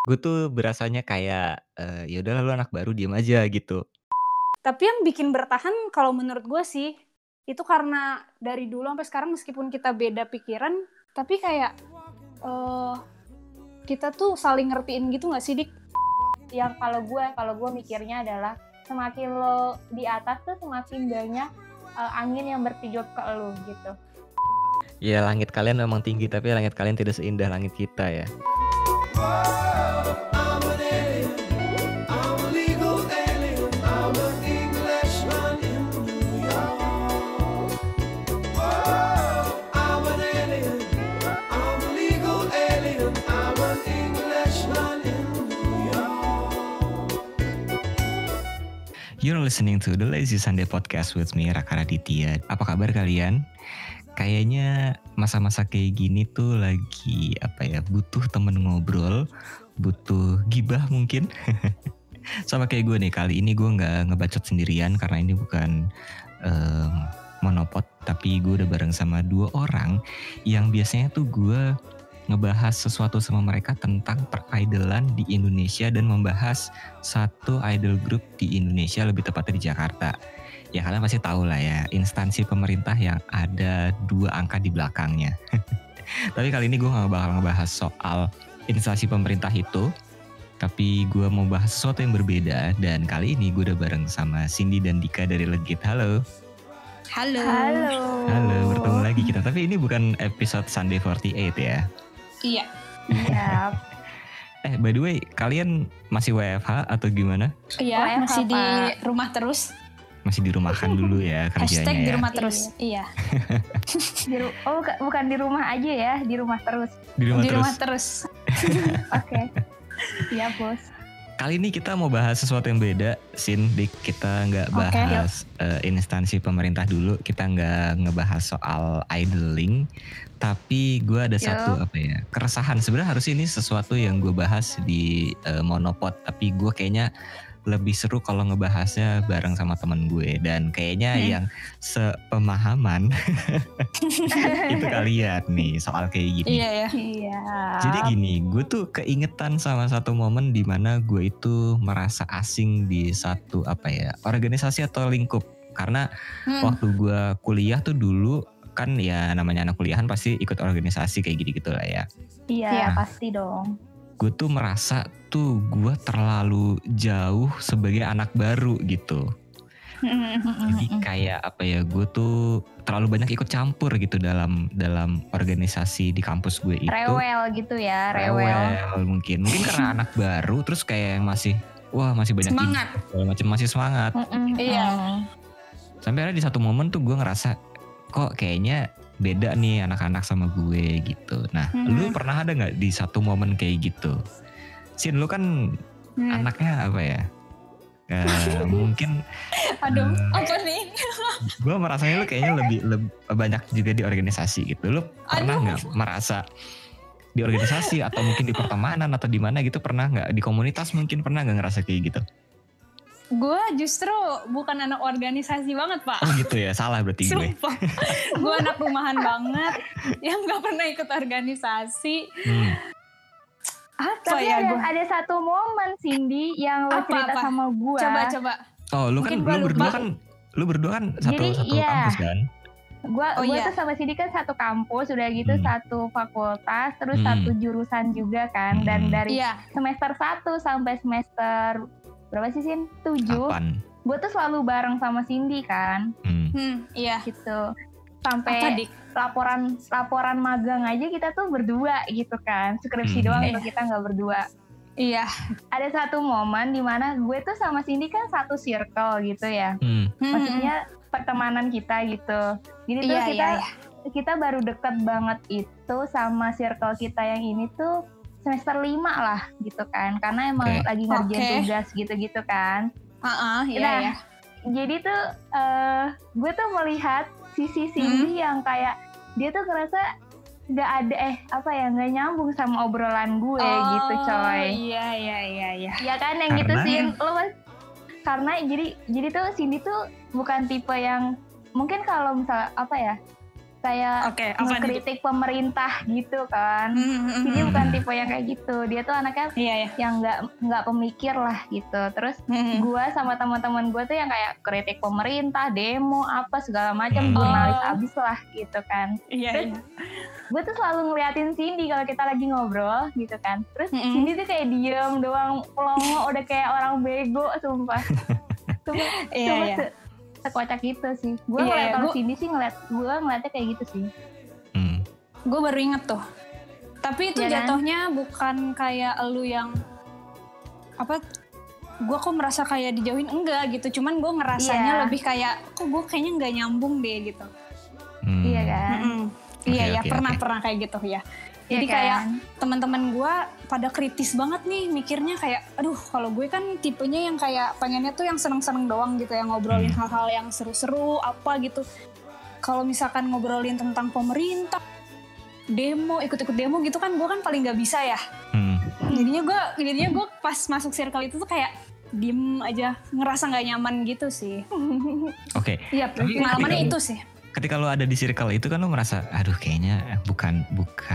Gue tuh berasanya kayak, ya udahlah lu anak baru diem aja gitu. Tapi yang bikin bertahan kalau menurut gue sih, itu karena dari dulu sampai sekarang meskipun kita beda pikiran, tapi kayak kita tuh saling ngertiin gitu gak sih, Dik? Yang kalau gue mikirnya adalah semakin lo di atas tuh semakin banyak angin yang bertiup ke lo gitu. Ya langit kalian memang tinggi tapi langit kalian tidak seindah langit kita ya. You're listening to the Lazy Sunday Podcast with me, Raka Raditya. Apa kabar kalian? Kayaknya masa-masa kayak gini tuh lagi butuh temen ngobrol, butuh gibah mungkin. Sama kayak gue nih, kali ini gue gak ngebacot sendirian karena ini bukan monopod, tapi gue udah bareng sama 2 orang yang biasanya tuh gue ngebahas sesuatu sama mereka tentang peridolan di Indonesia dan membahas satu idol group di Indonesia, lebih tepatnya di Jakarta. Ya kalian pasti tahu lah ya, instansi pemerintah yang ada 2 angka di belakangnya. Tapi kali ini gue gak bakal ngebahas soal instansi pemerintah itu, tapi gue mau bahas sesuatu yang berbeda. Dan kali ini gue udah bareng sama Cindy dan Dika dari Legit. Halo. Halo. Halo, bertemu lagi kita. Tapi ini bukan episode Sunday 48 ya. Iya. Iya. By the way, kalian masih WFH atau gimana? Iya, WFH, masih di Pak. rumah terus. Masih dirumahkan dulu ya kerjanya Hashtag ya. di rumah terus. Iya. Bukan di rumah aja ya, di rumah terus. Di rumah Di terus. rumah terus. Oke. Iya bos. Kali ini kita mau bahas sesuatu yang beda, Sin. Dik, kita nggak bahas instansi pemerintah dulu. Kita nggak ngebahas soal idling. Tapi gue ada satu keresahan. Sebenarnya harus ini sesuatu yang gue bahas di monopod. Tapi gue kayaknya lebih seru kalau ngebahasnya bareng sama temen gue. Dan kayaknya yang sepemahaman itu kalian nih soal kayak gini. Iya. Jadi gini, gue tuh keingetan sama satu momen di mana gue itu merasa asing di satu organisasi atau lingkup. Karena waktu gue kuliah tuh dulu kan ya namanya anak kuliahan pasti ikut organisasi kayak gitu lah ya. Iya, pasti dong. Gue tuh merasa tuh gue terlalu jauh sebagai anak baru gitu. Jadi kayak gue tuh terlalu banyak ikut campur gitu dalam organisasi di kampus gue itu. Rewel gitu ya, Rewel mungkin karena anak baru terus kayak yang masih banyak Semangat. Masih semangat. Iya. Sampai ada di satu momen tuh gue ngerasa kok kayaknya beda nih anak-anak sama gue gitu. Nah, lu pernah ada nggak di satu momen kayak gitu? Sin, lu kan anaknya mungkin. Aduh, apa nih? Gue merasanya lu kayaknya lebih banyak juga di organisasi gitu. Lu pernah nggak merasa di organisasi atau mungkin di pertemanan atau di mana gitu, pernah nggak di komunitas mungkin pernah nggak ngerasa kayak gitu? Gue justru bukan anak organisasi banget, Pak. Oh gitu ya, salah berarti gue. Sumpah. Gue anak rumahan banget yang gak pernah ikut organisasi. Tapi ada satu momen Cindy yang lo cerita sama gue. Coba. Oh, lu berdua kan satu kampus kan? Gue tuh sama Cindy kan satu kampus, udah gitu satu fakultas, terus satu jurusan juga kan. Dan dari semester 1 sampai semester berapa sih Sin? 7. Gue tuh selalu bareng sama Cindy kan. Iya. Gitu. Sampai laporan magang aja kita tuh berdua gitu kan. Skripsi doang itu kita gak berdua. Iya. Ada satu momen dimana gue tuh sama Cindy kan satu circle gitu ya. Maksudnya pertemanan kita gitu. Jadi tuh kita baru deket banget itu sama circle kita yang ini tuh semester 5 lah gitu kan. Karena emang lagi ngerjain tugas gitu-gitu kan. Iya. Jadi tuh gue tuh melihat sisi Cindy yang kayak dia tuh ngerasa gak ada gak nyambung sama obrolan gue gitu coy. Iya. Ya kan yang gitu sih. Karena jadi tuh Cindy tuh bukan tipe yang mungkin kalau misalnya kayak ngekritik pemerintah gitu kan. Jadi bukan tipe yang kayak gitu. Dia tuh anaknya yang nggak pemikir lah gitu. Terus gue sama teman-teman gue tuh yang kayak kritik pemerintah, demo apa segala macam, jurnalis abis lah gitu kan. Terus gue tuh selalu ngeliatin Cindy kalau kita lagi ngobrol gitu kan. Terus Cindy tuh kayak diem doang, pelongo, udah kayak orang bego, sumpah. Sekocak gitu sih. Gue ngeliat kalau Cindy sih ngeliatnya kayak gitu sih. Gue baru inget tuh. Tapi itu jatuhnya bukan kayak elu yang apa? Gue kok merasa kayak dijauhin, enggak gitu. Cuman gue ngerasanya lebih kayak kok gue kayaknya nggak nyambung deh gitu. Iya kan? Iya pernah kayak gitu ya. Jadi kayak teman-teman gue pada kritis banget nih mikirnya kayak, aduh kalau gue kan tipenya yang kayak pengennya tuh yang seneng-seneng doang gitu ya, ngobrolin hal-hal yang seru-seru apa gitu. Kalau misalkan ngobrolin tentang pemerintah, demo, ikut-ikut demo gitu kan gue kan paling nggak bisa ya. Jadinya gue pas masuk circle itu tuh kayak diem aja, ngerasa nggak nyaman gitu sih. Oke. Iya, pengalamannya itu sih. Ketika lo ada di circle itu kan lo merasa aduh kayaknya bukan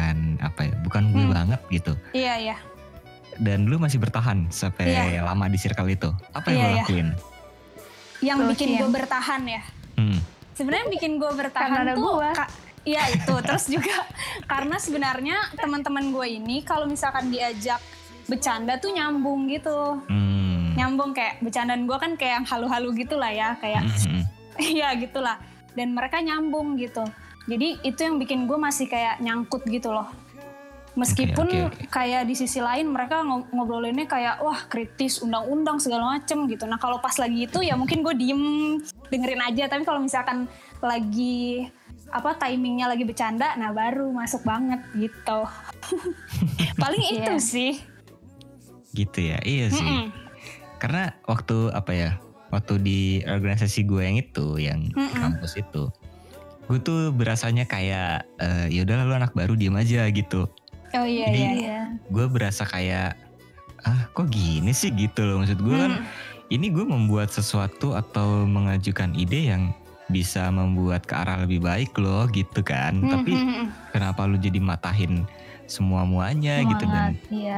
gue banget gitu. Iya. Dan lo masih bertahan sampai lama di circle itu. Apa yang lo lakuin? Yang bikin gue bertahan ya. Sebenarnya yang bikin gue bertahan tuh iya itu. Terus juga karena sebenarnya teman-teman gue ini kalau misalkan diajak bercanda tuh nyambung gitu. Nyambung kayak bercandaan gue kan kayak yang halu-halu gitu lah ya, kayak iya gitulah. Dan mereka nyambung gitu. Jadi itu yang bikin gue masih kayak nyangkut gitu loh. Meskipun kayak di sisi lain mereka ngobrolinnya kayak wah kritis, undang-undang segala macem gitu. Nah kalau pas lagi itu ya mungkin gue diem dengerin aja. Tapi kalau misalkan lagi timingnya lagi bercanda, nah baru masuk banget gitu. Paling itu sih. Gitu ya, iya sih. Karena waktu waktu di organisasi gue yang itu, yang kampus itu, gue tuh berasanya kayak ya udah lu anak baru diem aja gitu. Oh iya. Jadi gue berasa kayak kok gini sih gitu loh. Maksud gue kan ini gue membuat sesuatu atau mengajukan ide yang bisa membuat ke arah lebih baik loh gitu kan. Tapi kenapa lu jadi matahin semua-muanya gitu dan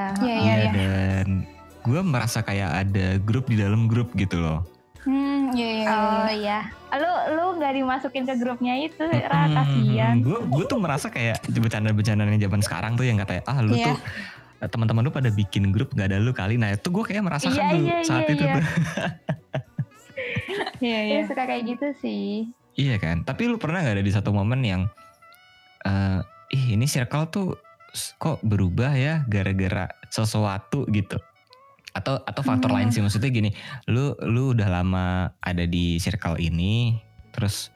dan gue merasa kayak ada grup di dalam grup gitu loh. Oh iya. Lu nggak dimasukin ke grupnya itu, kasihan. Gue tuh merasa kayak bercanda-bercandaan zaman sekarang tuh yang katanya lu tuh teman-teman lu pada bikin grup nggak ada lu kali. Nah itu gue kayak merasakan saat itu tuh. Iya. Suka kayak gitu sih. Iya kan. Tapi lu pernah nggak ada di satu momen yang ini circle tuh kok berubah ya gara-gara sesuatu gitu? Atau faktor lain sih, maksudnya gini, lu udah lama ada di circle ini, terus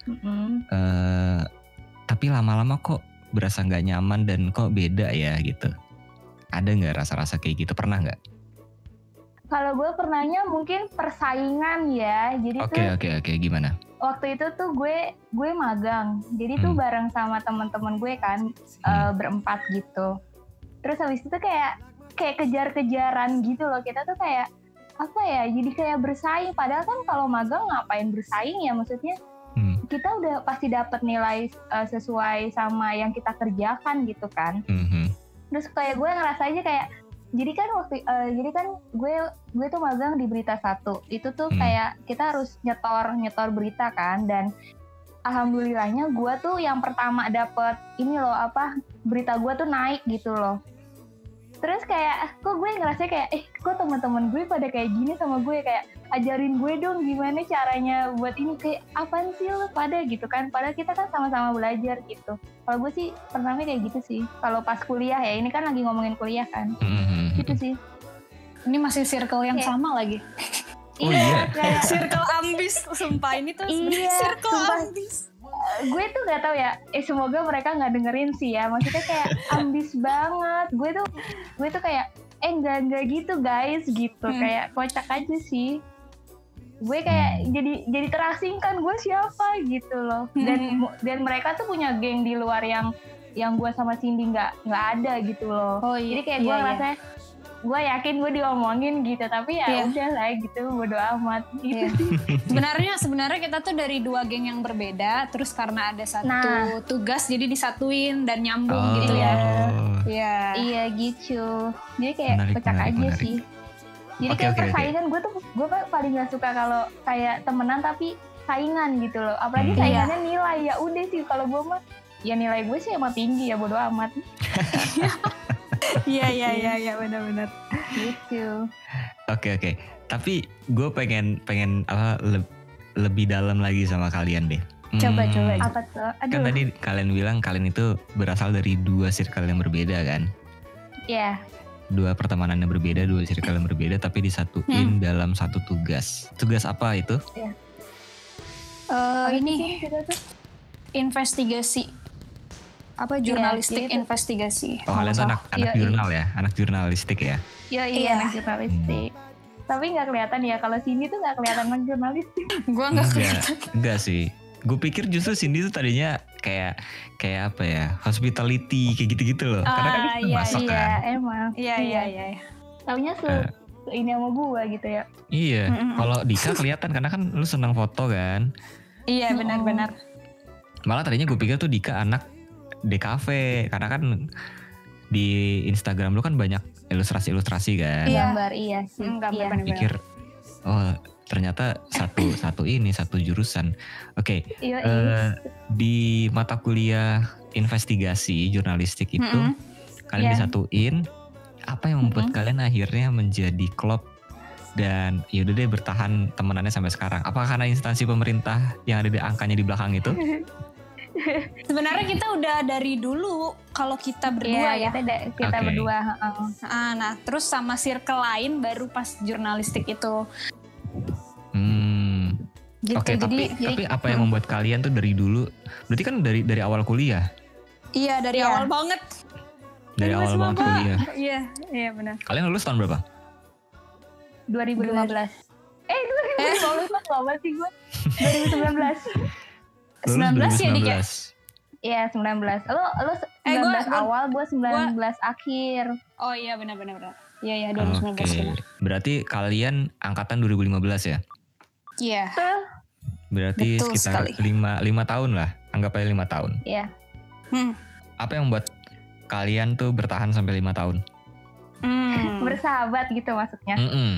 tapi lama-lama kok berasa nggak nyaman dan kok beda ya gitu. Ada nggak rasa-rasa kayak gitu, pernah nggak? Kalau gue pernahnya mungkin persaingan ya, jadi Oke, gimana? Waktu itu tuh gue magang, jadi tuh bareng sama teman-teman gue kan berempat gitu. Terus habis itu kayak kejar-kejaran gitu loh, kita tuh kayak jadi kayak bersaing, padahal kan kalau magang ngapain bersaing ya, maksudnya kita udah pasti dapat nilai sesuai sama yang kita kerjakan gitu kan. Terus kayak gue ngerasa aja kayak jadi kan gue tuh magang di Berita 1 itu tuh kayak kita harus nyetor berita kan, dan alhamdulillahnya gue tuh yang pertama dapet ini loh berita gue tuh naik gitu loh. Terus kayak kok gue ngerasa kayak kok teman-teman gue pada kayak gini sama gue, kayak ajarin gue dong gimana caranya buat ini, kayak apaan sih lo pada gitu kan, padahal kita kan sama-sama belajar gitu. Kalau gue sih pernahnya kayak gitu sih kalau pas kuliah ya, ini kan lagi ngomongin kuliah kan. Gitu sih. Ini masih circle yang sama lagi. Iya. Kayak circle ambis, sumpah ini tuh circle ambis. Gue tuh nggak tahu ya, semoga mereka nggak dengerin sih ya, maksudnya kayak ambis banget. Gue tuh kayak enggak gitu guys gitu, kayak kocak aja sih. Gue kayak jadi terasingkan gue siapa gitu loh. Dan mereka tuh punya geng di luar yang gue sama Cindy nggak ada gitu loh. Jadi kayak gue ngerasanya gue yakin gue diomongin gitu, tapi ya udah lah gitu, bodo amat gitu. Sebenarnya kita tuh dari 2 geng yang berbeda, terus karena ada satu tugas jadi disatuin dan nyambung gitu ya. Iya gitu. Jadi kayak kocak aja sih. Jadi kayak persaingan gue paling gak suka kalau kayak temenan tapi saingan gitu loh. Apalagi saingannya nilai, ya udah sih kalau gue mah ya nilai gue sih emang tinggi ya, bodo amat. Iya benar-benar gitu. Oke. Tapi gue pengen lebih dalam lagi sama kalian deh. Coba. Apa tuh? Kan tadi kalian bilang kalian itu berasal dari 2 circle yang berbeda kan? Iya. 2 pertemanan yang berbeda, 2 circle yang berbeda, tapi disatuin dalam satu tugas. Tugas apa itu? Ini investigasi. Apa jurnalistik investigasi. Oh, kalian tuh anak jurnal ya? Anak jurnalistik ya? Iya, anak jurnalistik. Tapi gak kelihatan ya, kalau Cindy tuh gak kelihatan anak jurnalistik. Gue gak kelihatan. Enggak sih. Gue pikir justru Cindy tuh tadinya kayak apa ya, hospitality kayak gitu-gitu loh. Karena kan kita masak kan. Iya, emang. Iya. Taunya ini sama gue gitu ya. Iya. Kalau Dika kelihatan karena kan lu senang foto kan. Iya, benar-benar. Malah tadinya gue pikir tuh Dika anak DKV, karena kan di Instagram lu kan banyak ilustrasi kan. Gambar, iya sih. Pikir ternyata satu jurusan. Oke. Di mata kuliah investigasi jurnalistik itu kalian disatuin. Apa yang membuat kalian akhirnya menjadi klop dan yaudah deh bertahan temenannya sampai sekarang? Apakah karena instansi pemerintah yang ada di angkanya di belakang itu? Sebenarnya kita udah dari dulu kalau kita berdua kita berdua. Nah terus sama circle lain baru pas jurnalistik itu. Gitu. Oke, tapi apa yang membuat kalian tuh dari dulu? Berarti kan dari awal kuliah? Iya, dari awal banget. Dari awal banget kuliah. Iya benar. Kalian lulus tahun berapa? 2015. 2015 banget sih gue. 2019. 19 ya Dik ya? Iya 19. Lo 19 awal, gue 19 akhir. Oh iya benar. Iya 2019 benar. Berarti kalian angkatan 2015 ya? Iya. Berarti betul sekitar 5 tahun lah. Anggap aja 5 tahun. Iya. Apa yang membuat kalian tuh bertahan sampai 5 tahun? Bersahabat gitu maksudnya.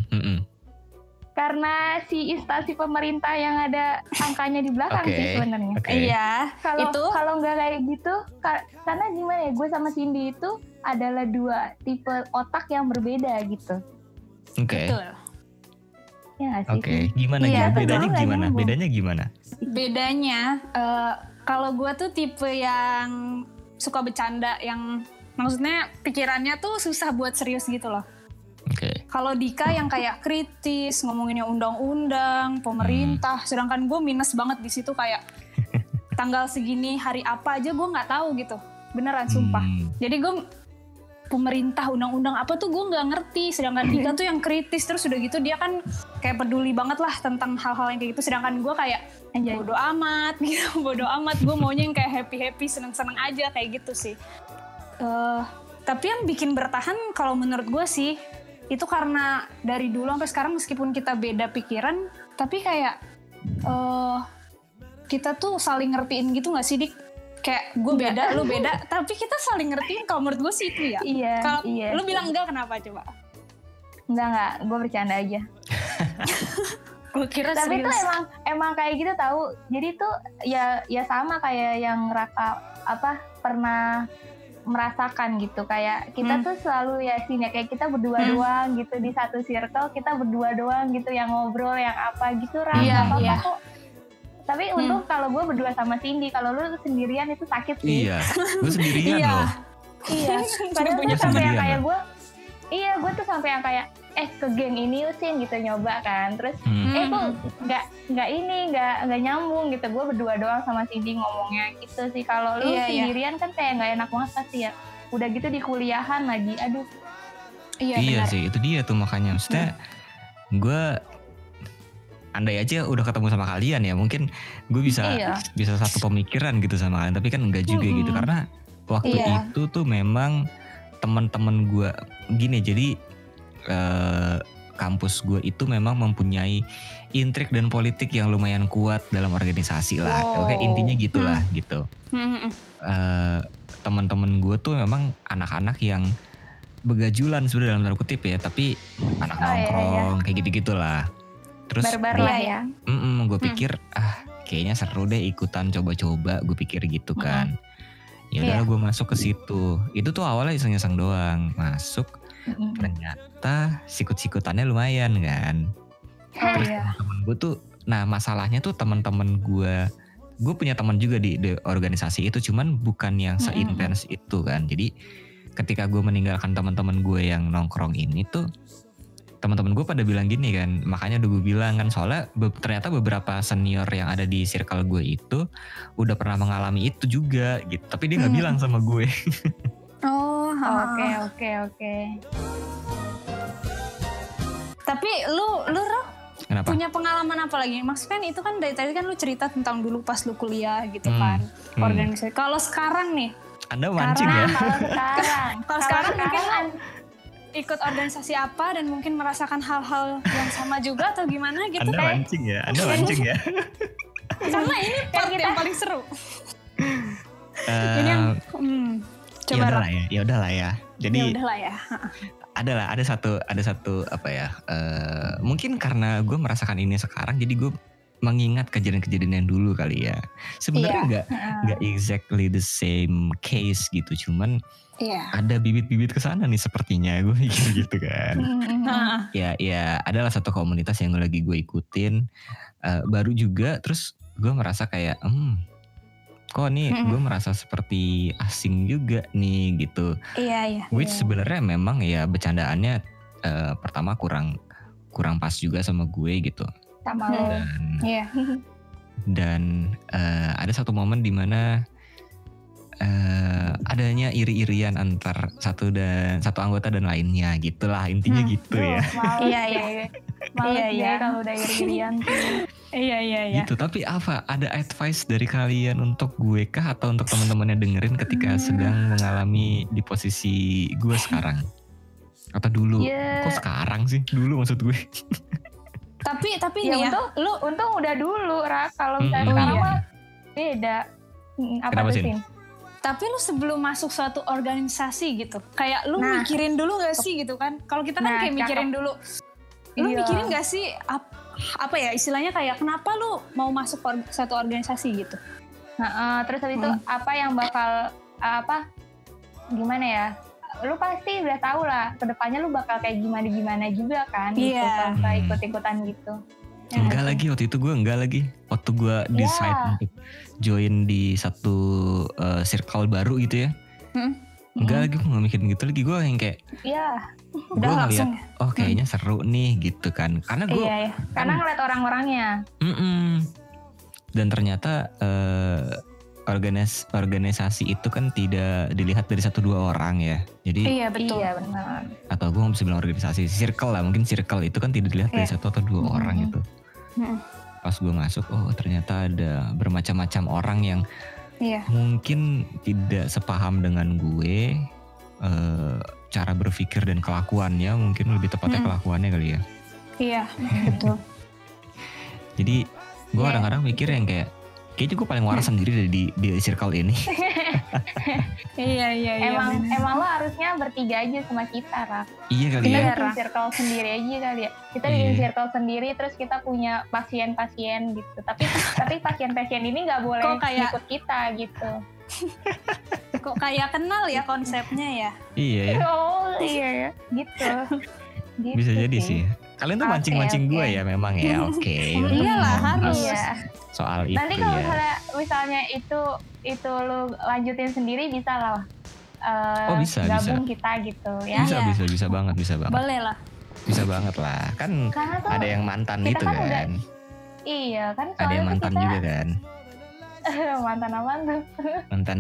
Karena si instansi pemerintah yang ada angkanya di belakang sih sebenarnya. Iya. Kalau nggak kayak gitu, karena gimana ya, gue sama Cindy itu adalah 2 tipe otak yang berbeda gitu. Betul. Ya sih. Gimana? Bedanya gimana? Bedanya, kalau gue tuh tipe yang suka bercanda, yang maksudnya pikirannya tuh susah buat serius gitu loh. Kalau Dika yang kayak kritis, ngomonginnya undang-undang, pemerintah, sedangkan gue minus banget di situ, kayak tanggal segini hari apa aja gue nggak tahu gitu, beneran sumpah. Jadi gue pemerintah undang-undang apa tuh gue nggak ngerti, sedangkan Dika tuh yang kritis, terus udah gitu dia kan kayak peduli banget lah tentang hal-hal yang kayak gitu, sedangkan gue kayak bodo amat gitu, bodo amat, gue maunya yang kayak happy seneng-seneng aja kayak gitu sih. Tapi yang bikin bertahan kalau menurut gue sih itu karena dari dulu sampai sekarang meskipun kita beda pikiran, tapi kayak kita tuh saling ngertiin gitu nggak sih Dik? Kayak gue beda, lu beda, tapi kita saling ngertiin. Kalau menurut gue sih itu ya. Kalau lu bilang enggak, kenapa coba? Enggak, gue bercanda aja. Gue kira tapi serius. Itu emang kayak gitu tahu. Jadi tuh ya sama kayak yang Raka pernah merasakan gitu, kayak kita tuh selalu ya sih kayak kita berdua doang gitu di satu circle, kita berdua doang gitu yang ngobrol yang apa gitu apa kok. Tapi untung kalau gue berdua sama Cindy, kalau lu sendirian itu sakit sih. Iya, gue sendirian loh. Iya, padahal gue sampai yang kayak gue tuh sampai yang kayak ke geng ini Usin gitu nyoba kan, terus kok nggak nyambung gitu, gue berdua doang sama Cindy ngomongnya gitu sih. Kalau lu sendirian kan kayak nggak enak banget pasti ya, udah gitu di kuliahan lagi, aduh. Iya sih, itu dia tuh makanya maksudnya gue andai aja udah ketemu sama kalian ya, mungkin gue bisa satu pemikiran gitu sama kalian, tapi kan enggak juga gitu, karena waktu itu tuh memang teman-teman gue gini, jadi kampus gue itu memang mempunyai intrik dan politik yang lumayan kuat dalam organisasi lah. Oke, intinya gitulah gitu. Teman-teman gue tuh memang anak-anak yang begajulan sudah dalam tanda kutip ya, tapi anak nongkrong kayak gitu-gitulah. Terus barbar ya. Gue pikir kayaknya seru deh ikutan coba-coba, gue pikir gitu kan. Ya udah gue masuk ke situ. Itu tuh awalnya iseng-iseng doang masuk. Ternyata sikut-sikutannya lumayan kan. Terus temen gue tuh, nah masalahnya tuh teman-teman gue punya teman juga di organisasi itu, cuman bukan yang seintens itu kan. Jadi ketika gue meninggalkan teman-teman gue yang nongkrong ini tuh, teman-teman gue pada bilang gini kan, makanya udah gue bilang kan, soalnya ternyata beberapa senior yang ada di circle gue itu udah pernah mengalami itu juga gitu, tapi dia nggak bilang sama gue. Oke. Tapi lu Kenapa? Punya pengalaman apa lagi? Maksudnya kan itu kan dari tadi kan lu cerita tentang dulu pas lu kuliah gitu kan, organisasi. Kalau sekarang nih, Anda mancing ya? Kalau sekarang mungkin ikut organisasi apa dan mungkin merasakan hal-hal yang sama juga atau gimana gitu? Anda mancing ya? Karena ini part yang paling seru. Ini yang coba lah. Ya udahlah ya. Jadi ada satu apa ya? Mungkin karena gue merasakan ini sekarang, jadi gue mengingat kejadian-kejadian yang dulu kali ya. Sebenarnya nggak exactly the same case gitu, cuman ada bibit-bibit kesana nih sepertinya, gue mikir gitu kan. Ya adalah satu komunitas yang lagi gue ikutin, baru juga, terus gue merasa kayak kok nih gue merasa seperti asing juga nih gitu. Which sebenarnya memang ya bercandaannya pertama kurang pas juga sama gue gitu. Sama lo. Dan ada satu momen di mana adanya iri-irian antar satu anggota dan lainnya gitulah, intinya gitu ya. Iya kalau udah iri-irian tuh. Iya. Gitu. Tapi apa ada advice dari kalian untuk gue kah atau untuk teman-teman yang dengerin ketika sedang mengalami di posisi gue sekarang? Atau dulu? Kok sekarang sih? Dulu maksud gue. Tapi ya, untung udah dulu, Ra. Kalau misalnya sekarang mah beda. Apa tuh, Sin? Tapi lu sebelum masuk suatu organisasi gitu, kayak lu mikirin dulu gak sih gitu kan? Kalau kita kan kayak mikirin dulu. Lu mikirin gak sih apa ya istilahnya, kayak kenapa lu mau masuk suatu organisasi gitu? Terus habis itu apa yang bakal gimana ya? Lu pasti udah tahu lah kedepannya lu bakal kayak gimana juga kan, gitu tanpa ikut-ikutan gitu. Enggak lagi waktu itu gue waktu gue decide untuk join di satu circle baru gitu ya. Enggak lagi, gue gak mikirin gitu lagi. Gue yang kayak gue ngeliat kayaknya seru nih gitu kan, karena gue karena ngeliat orang-orangnya. Dan ternyata organisasi itu kan tidak dilihat dari 1-2 orang ya. Jadi betul. Iya benar. Atau gue gak bisa bilang organisasi, circle lah, mungkin circle itu kan tidak dilihat dari 1 atau 2 orang gitu. Pas gue masuk, ternyata ada bermacam-macam orang yang mungkin tidak sepaham dengan gue, cara berpikir dan kelakuannya, mungkin lebih tepatnya kelakuannya kali ya. Iya betul. Jadi gue kadang-kadang mikir yang kayaknya gue paling waras sendiri di circle ini. Iya. Emang lo harusnya bertiga aja sama kita, Rak. Iya kali ya. Kita bikin circle sendiri aja kali ya. Kita bikin circle sendiri, terus kita punya pasien-pasien gitu. Tapi pasien-pasien ini nggak boleh ikut kita gitu. Kok kayak kenal ya konsepnya ya? Iya ya. Iya ya. Gitu. Bisa jadi sih. Kalian tuh mancing-mancing gue ya memang ya. Oke. Iyalah harus. Soal itu. Nanti kalau misalnya itu lu lanjutin sendiri bisa lah. Bisa. Kita gitu ya. Bisa banget. Boleh lah. Bisa banget lah. Kan ada yang mantan gitu kan. Iya kan. Ada yang mantan juga kan. Mantan apa tuh? Mantan.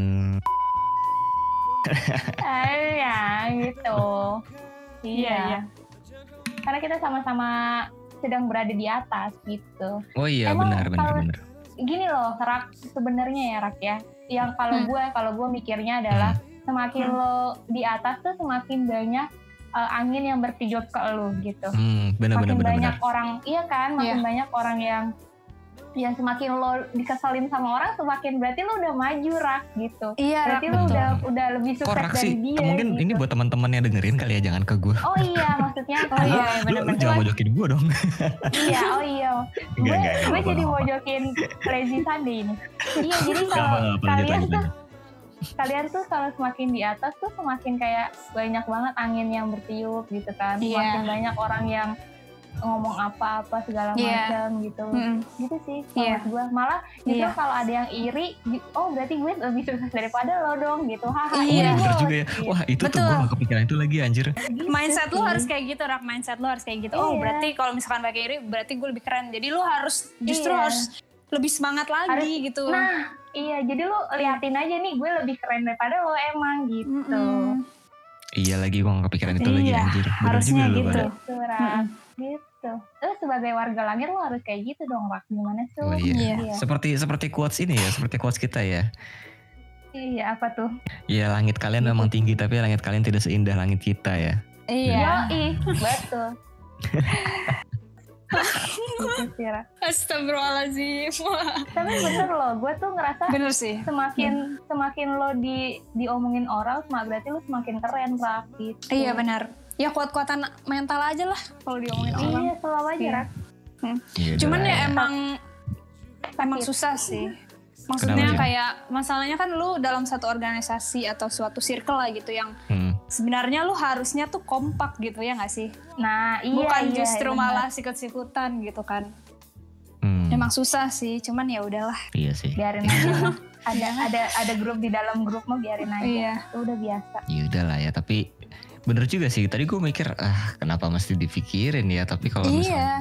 Ya gitu. Iya. Karena kita sama-sama sedang berada di atas gitu. Oh iya, benar. Gini loh, Rak, sebenarnya ya Rak ya. Yang kalau gue mikirnya adalah semakin lo di atas tuh semakin banyak angin yang bertiup ke lu gitu. Makin banyak orang, iya kan, makin banyak orang yang semakin lo dikesalin sama orang, semakin berarti lo udah maju Rak gitu. Iya, berarti lo udah lebih sukses dari dia. Mungkin gitu. ini buat teman-teman yang dengerin kali ya, jangan ke gue. Oh iya, maksudnya lu jangan mojokin gue dong. Iya. Gue jadi mojokin Lazy Sunday ini. Iya, jadi kalau kalian tuh kalau semakin di atas tuh semakin kayak banyak banget angin yang bertiup gitu kan. Semakin banyak orang yang ngomong apa-apa segala macam gitu. Gitu sih menurut gue. Malah justru kalau ada yang iri, oh berarti gue lebih sukses daripada lo dong gitu. Iya bener juga ya. Wah itu tuh gue gak kepikiran itu lagi anjir. Mindset lu harus kayak gitu Rak. Mindset lu harus kayak gitu. Oh berarti kalau misalkan pakai iri berarti gue lebih keren. Jadi lu harus justru harus lebih semangat lagi gitu. Nah iya, jadi lu liatin aja nih gue lebih keren daripada lo emang gitu. Iya lagi gue gak kepikiran itu lagi anjir. Bener harusnya juga gitu. Gitu. Sebagai warga langit lu harus kayak gitu dong, Rak. Gimana tuh? Oh, iya. Seperti quotes ini ya, seperti quotes kita ya. Iya, apa tuh? Ya langit kalian memang tinggi, tapi langit kalian tidak seindah langit kita ya. Iya. Betul. Astagfirullahaladzim. Tapi bener loh, gue tuh ngerasa bener sih. Semakin lo diomongin orang, berarti lo semakin keren, Rak. Gitu. Iya benar. Ya kuat-kuatan mental aja lah kalau diomongin orang. Iya, selalu aja Rak. Cuman ya emang susah sih. Maksudnya kayak masalahnya kan lu dalam satu organisasi atau suatu circle lah gitu yang sebenarnya lu harusnya tuh kompak gitu ya gak sih? Nah iya. Bukan justru malah sikut-sikutan gitu kan. Emang susah sih, cuman ya udahlah. Iya sih. Biarin aja. ada grup di dalam grup mah biarin aja. Iya. Itu udah biasa. Ya udahlah ya, tapi bener juga sih. Tadi gue mikir, kenapa mesti dipikirin ya? Tapi kalau misalnya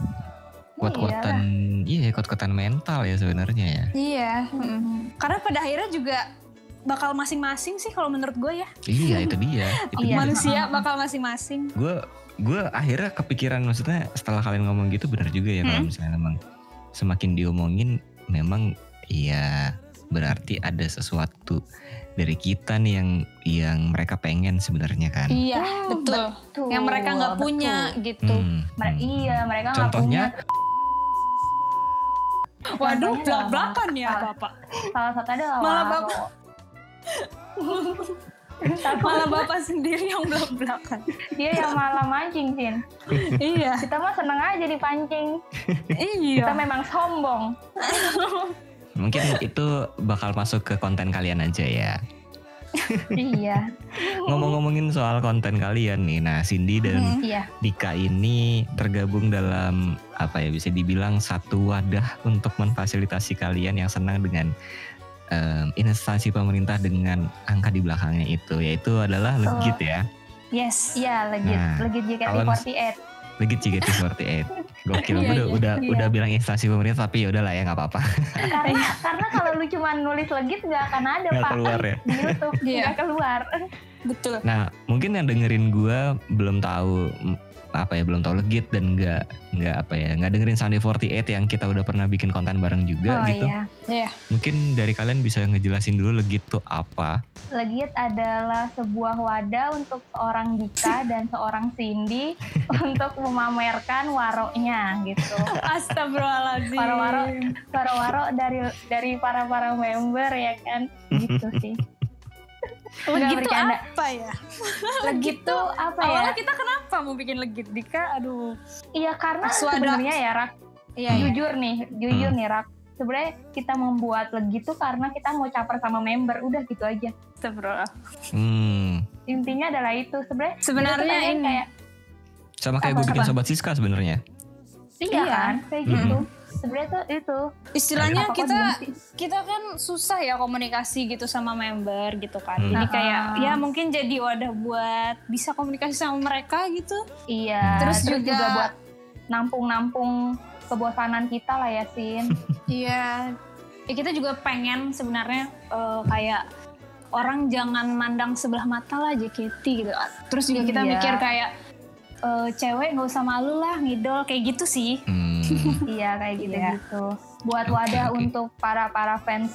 kuat-kuatan mental ya sebenarnya ya. Iya. Karena pada akhirnya juga bakal masing-masing sih kalau menurut gue ya. Iya itu dia. Manusia bakal masing-masing. Gue akhirnya kepikiran, maksudnya setelah kalian ngomong gitu bener juga ya kalau misalnya memang semakin diomongin memang ya berarti ada sesuatu dari kita nih yang mereka pengen sebenarnya kan. Iya betul. Yang mereka nggak punya gitu. Iya mereka nggak punya. Contohnya waduh belak-belakan ya Bapak. Salah satu ada malah Bapak. Malah Bapak sendiri yang belak-belakan. Dia yang malah mancing Sin. Iya. Kita mah seneng aja dipancing. Iya. Kita memang sombong. Mungkin itu bakal masuk ke konten kalian aja ya. Iya. Ngomong-ngomongin soal konten kalian nih, nah Cindy dan Dika ini tergabung dalam apa ya, bisa dibilang satu wadah untuk memfasilitasi kalian yang senang dengan instansi pemerintah dengan angka di belakangnya itu, yaitu adalah Legit ya. Yes, iya Legit, Legit JKT48. Legit JKT48. Gokil, udah bilang instansi pemerintah tapi ya udahlah ya nggak apa-apa. Karena kalau lu cuma nulis Legit nggak akan ada Pak keluar ya di YouTube, nggak keluar. Betul. Nah mungkin yang dengerin gue belum tahu Legit dan nggak dengerin Sunday 48 yang kita udah pernah bikin konten bareng juga gitu. Iya. Mungkin dari kalian bisa ngejelasin dulu Legit tuh apa? Legit adalah sebuah wadah untuk seorang Dika dan seorang Cindy untuk memamerkan waroknya gitu. Astagfirullahaladzim. Waro dari para member ya kan, gitu sih. Legit tuh apa ya? Legit tuh apa ya? Awalnya kita kenapa mau bikin Legit, Dika? Aduh. Iya karena sebenarnya ya Rak. Jujur nih Rak. Sebenarnya kita membuat Legit tuh karena kita mau caper sama member, udah gitu aja. Astagfirullah. Intinya adalah itu sebenarnya ini kayak sama kayak gue bikin Sobat Siska sebenarnya. Iya kan, kayak gitu. Sebenarnya tuh itu istilahnya kita kan susah ya komunikasi gitu sama member gitu kan. Jadi kayak ya mungkin jadi wadah buat bisa komunikasi sama mereka gitu. Iya. Terus juga buat nampung kebosanan kita lah ya Sin. Iya. Ya kita juga pengen sebenarnya kayak orang jangan mandang sebelah mata lah JKT gitu. Terus juga kita mikir kayak cewek nggak usah malu lah ngidol kayak gitu sih. Iya kayak gitu. Buat wadah untuk para fans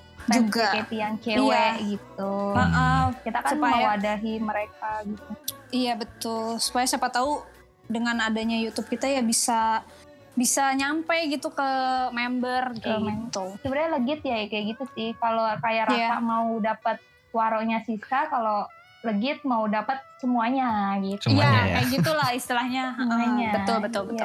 juga JKT yang cewek gitu. Kita kan mewadahi mereka gitu. Iya betul, supaya siapa tahu dengan adanya YouTube kita ya bisa nyampe gitu ke member gitu. Sebenarnya legit ya kayak gitu sih. Kalau kayak Raka mau dapat waronya Siska, kalau legit mau dapat semuanya gitu. Iya, kayak gitulah istilahnya. Betul.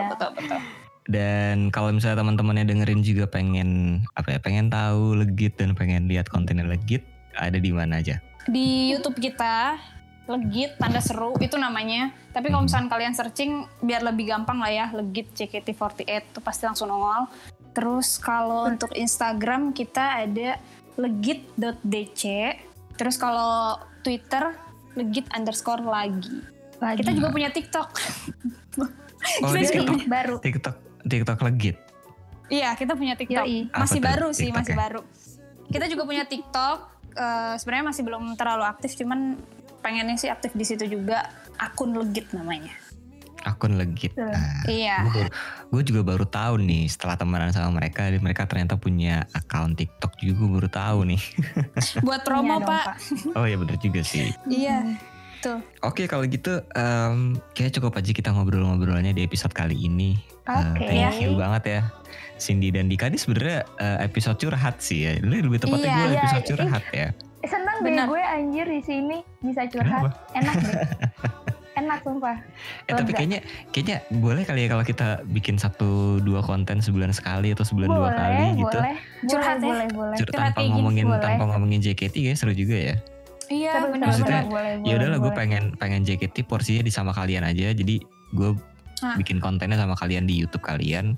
Dan kalau misalnya teman-temannya dengerin juga pengen tahu legit dan pengen lihat kontennya legit, ada di mana aja? Di YouTube kita Legit Tanda Seru itu namanya. Tapi kalau misalkan kalian searching biar lebih gampang lah ya, Legit JKT48 itu pasti langsung nongol. Terus kalau untuk Instagram kita ada legit.dc. Terus kalau Twitter legit_lagi. Kita juga punya TikTok. TikTok baru. TikTok legit. Iya, kita punya TikTok. Masih baru sih, masih baru. Kita juga punya TikTok. Sebenarnya masih belum terlalu aktif, cuman pengennya sih aktif di situ juga. Akun Legit namanya. Akun Legit. Iya. Gue juga baru tahu nih setelah temenan sama mereka ternyata punya akun TikTok juga. Gue baru tahu nih. Buat promo Pak. Oh ya benar juga sih. Iya. Tuh. Oke kalau gitu kayaknya cukup aja kita ngobrol-ngobrolnya di episode kali ini. Thank you banget ya Cindy dan Dika. Ini sebenarnya episode curhat sih ya. Lebih tepatnya gue episode curhat ya. Senang deh gue anjir di sini bisa curhat. Enak deh. Enak sumpah. Tapi kayaknya boleh kali ya kalau kita bikin 1-2 konten sebulan sekali atau sebulan 2 kali gitu. Curhat boleh. Tanpa ngomongin JKT ya seru juga ya. Iya benar. Ya udahlah gue pengen JKT porsinya di sama kalian aja. Jadi gue bikin kontennya sama kalian di YouTube kalian.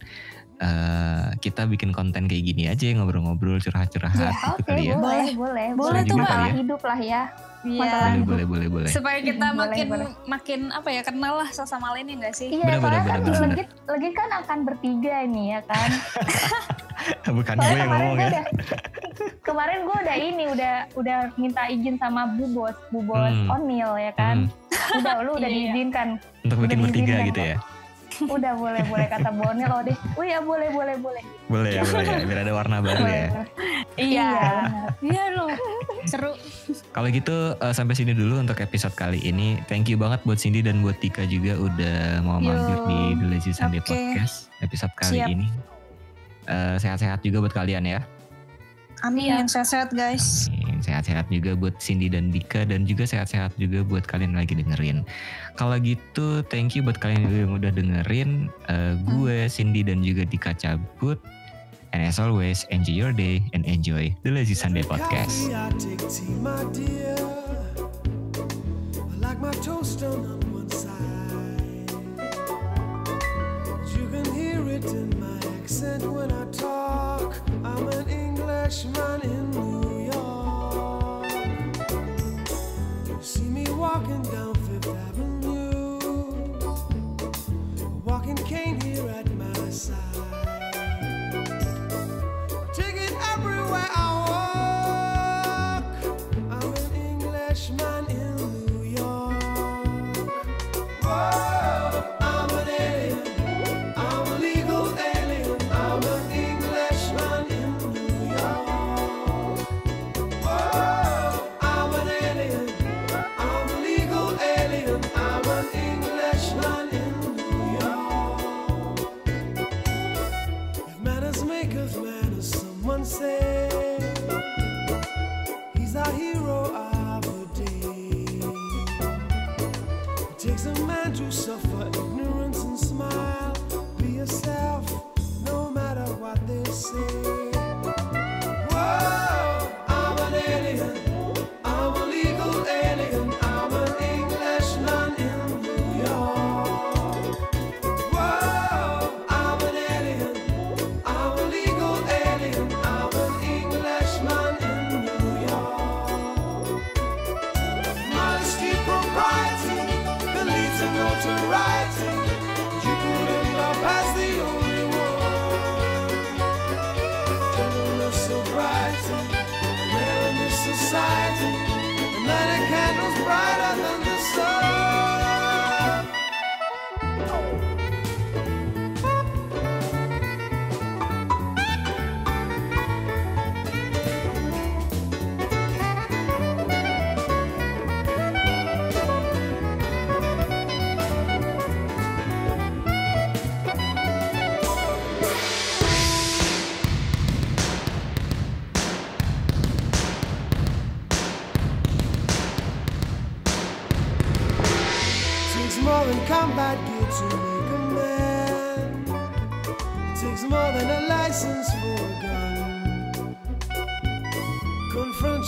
Kita bikin konten kayak gini aja, ngobrol-ngobrol, curhat-curhat gitu kali ya. Boleh tuh Pak. Hidup lah ya. Iya. Boleh. Supaya kita makin apa ya, kenal lah sama lain ya nggak sih? Iya, soalnya kan Legit kan akan bertiga nih ya kan. Bukan gue yang ngomong ya. Kemarin gue udah minta izin sama Bu Bos Onil ya kan. Udah diizinkan. Untuk bikin bertiga gitu ya. Udah boleh kata Bonil loh deh. Oh ya boleh. Boleh ya biar ada warna baru ya. Iya loh. Seru. Kalau gitu sampai sini dulu untuk episode kali ini. Thank you banget buat Cindy dan buat Tika juga udah mau mampir di The Lazy Sunday Podcast episode kali ini. Sehat-sehat juga buat kalian ya. Amin. Sehat-sehat guys. Sehat-sehat juga buat Cindy dan Dika, dan juga sehat-sehat juga buat kalian yang lagi dengerin. Kalau gitu thank you buat kalian yang udah dengerin. Gue Cindy dan juga Dika cabut. And as always, enjoy your day and enjoy The Lazy Sunday Podcast. Man in New York, see me walking down Fifth Avenue, walking cane here at my side, take it everywhere I walk. I'm an Englishman in New York.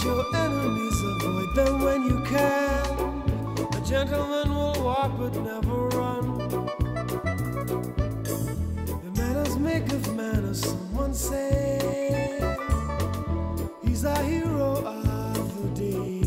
your enemies, avoid them when you can. A gentleman will walk but never run. The manners make of manners, someone say. He's a hero of the day.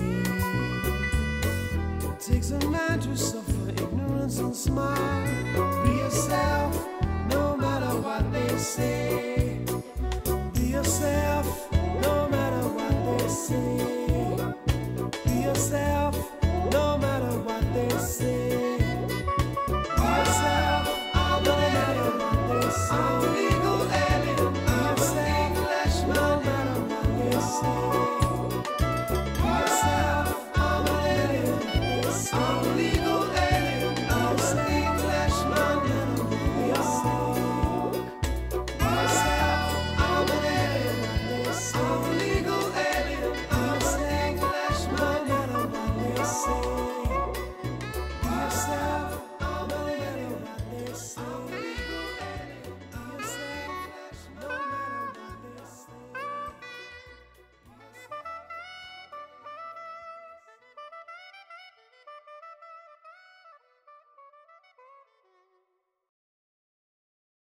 It takes a man to suffer ignorance and smile. Be yourself, no matter what they say. Be yourself, no matter what they say. Be yourself.